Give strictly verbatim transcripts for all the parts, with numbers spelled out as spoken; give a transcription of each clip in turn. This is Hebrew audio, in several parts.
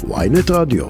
וויינט רדיו.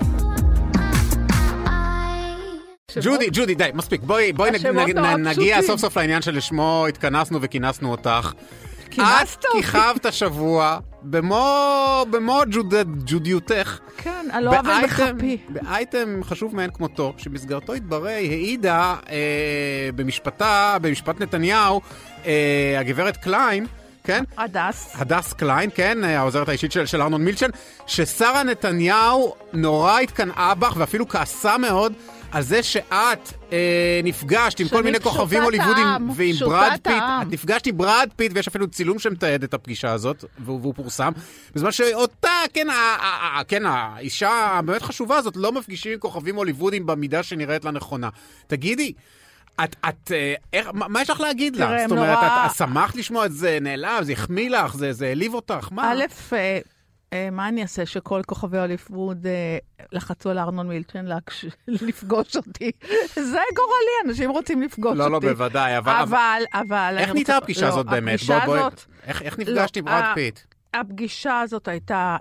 ג'ודי, ג'ודי, די, מספיק. בואי, בואי נגיע סוף סוף לעניין שלשמו התכנסנו וכינסנו אותך. כינסת אותי. את כיכבת השבוע במו, במו ג'ודיותך. כן, הלא אבל בחפי. באייטם חשוב מעין כמותו, שבסגרתו התברר, העידה אה, במשפטה, במשפט נתניהו, אה, הגברת קליין, כן? הדס. הדס קליין, כן, העוזרת האישית של, של ארנון מילצ'ן, ששרה נתניהו נורא התקנאה בך, ואפילו כעסה מאוד, על זה שאת אה, נפגשת עם כל מיני כוכבים הוליוודיים ועם ברד פיט. את נפגשת עם ברד פיט, ויש אפילו צילום שמתעד את הפגישה הזאת, והוא, והוא פורסם. בזמן שאותה, כן, ה, ה, ה, כן, האישה הבאמת חשובה הזאת, לא מפגישים עם כוכבים הוליוודיים במידה שנראית לה נכונה. תגידי, את, את, איך, מה, מה יש לך להגיד לה? זאת אומרת, נורא... את, את שמחת לשמוע את זה, נעלב, זה החמיא לך, זה, זה העליב אותך, מה? א', מה אני אעשה שכל כוכבי הוליווד לחצו על ארנון מילצ'ן לפגוש אותי? זה גורלי, אנשים רוצים לפגוש אותי. לא, לא, בוודאי, אבל... אבל, אבל... איך נהייתה הפגישה הזאת באמת? איך נפגשת עם ברד פיט? הפגישה הזאת הייתה...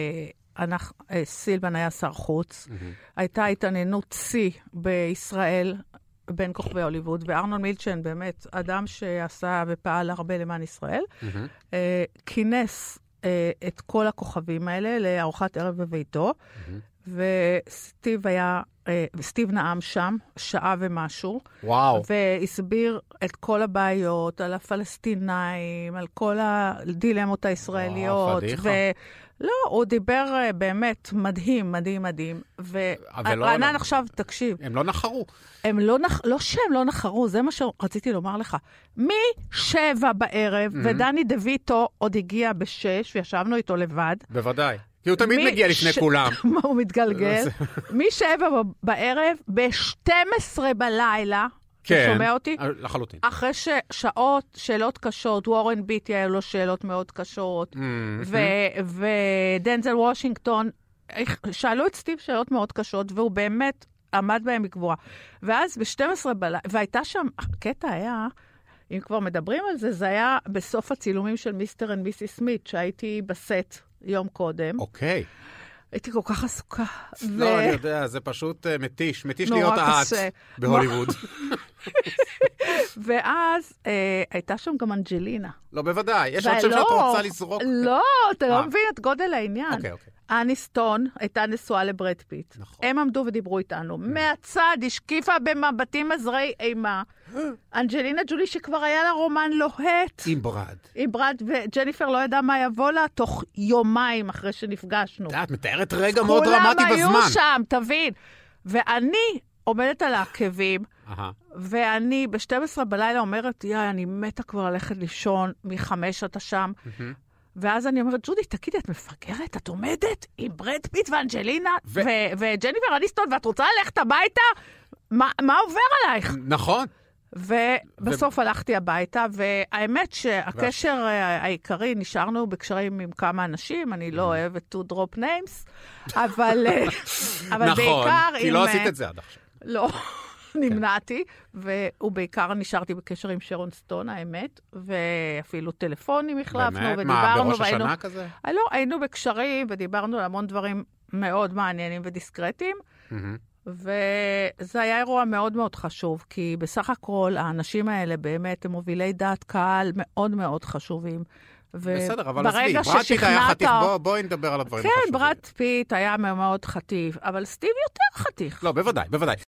סילבן היה שר חוץ, הייתה התעניינות שיא בישראל בין כוכבי הוליווד, וארנון מילצ'ן באמת אדם שעשה ופעל הרבה למען ישראל, כינס את כל הכוכבים האלה לארוחת ערב בביתו, וסטיב היה, וסטיב נאם שם שעה ומשהו, וואו. והסביר את כל הבעיות על הפלסטינאים, על כל הדילמות הישראליות, ו... לא, הוא דיבר באמת מדהים, מדהים, מדהים. ורענן עכשיו, תקשיב. הם לא נחרו. הם לא נח... לא שהם לא נחרו, זה מה שרציתי לומר לך. משבע בערב, ודני דויטו עוד הגיע בשש, וישבנו איתו לבד. בוודאי. כי הוא תמיד מגיע לפני כולם. מה הוא מתגלגל? משבע בערב, ב-שתים עשרה בלילה, כן, שומע אותי? לחלוטין. אחרי ששעות, שאלות קשות, וורן ביטי היה לו שאלות מאוד קשות, ודנזל וושינגטון, שאלו את סטיב שאלות מאוד קשות, והוא באמת עמד בהם בגבורה. ואז ב-שתים עשרה בלילה, והייתה שם, הקטע היה, אם כבר מדברים על זה, זה היה בסוף הצילומים של מיסטר אנד מיסיס סמית, שהייתי בסט יום קודם. אוקיי. הייתי כל כך עסוקה. לא, אני יודע, זה פשוט מתיש. מתיש להיות את בהוליווד. ואז הייתה שם גם אנג'לינה. לא, בוודאי. יש עוד שם שאת רוצה לזרוק. לא, אתה לא מבין את גודל העניין. אוקיי, אוקיי. אניסטון הייתה נשואה לברד פיט. נכון. הם עמדו ודיברו איתנו. מהצד, השקיפה במבטים מזרי אימה. אנג'לינה ג'ולי שכבר היה לה רומן לוהט. עם ברד. עם ברד, וג'ניפר לא ידעה מה יבוא לה תוך יומיים אחרי שנפגשנו. את מתארת רגע מאוד דרמטי בזמן. כולם היו שם, תבין. ואני עומדת על העקבים, ואני ב-שתים עשרה בלילה אומרת, יא, אני מתה כבר ללכת לישון, מחמש אתה שם. ואז אני אומרת, ג'ודי, תגידי, את מפגרת? את עומדת עם ברד פיט ואנג'לינה ו- ו- וג'ניפר אניסטון, ואת רוצה ללכת הביתה? מה, מה עובר עלייך? נכון. ובסוף ו- הלכתי הביתה, והאמת שהקשר העיקרי, נשארנו בקשרים עם כמה אנשים, אני לא אוהבת to drop names, אבל, אבל נכון, בעיקר... כי עם... לא עשית את זה עד עכשיו. לא. נמנעתי, ובעיקר נשארתי בקשר עם שרון סטון, האמת, ואפילו טלפונים החלפנו, באמת? ודיברנו. מה, בראש השנה והיינו, כזה? לא, היינו בקשרים, ודיברנו על המון דברים מאוד מעניינים ודיסקרטיים, וזה היה אירוע מאוד מאוד חשוב, כי בסך הכל, האנשים האלה באמת, הם מובילי דעת קהל מאוד מאוד חשובים, בסדר, אבל עזבי, ברד פיט היה חתיך, בוא, בואי נדבר על הדברים כן, החשובים. ברד פיט היה מאוד חתיך, אבל סטיב יותר חתיך. לא, בוודאי, בוודאי.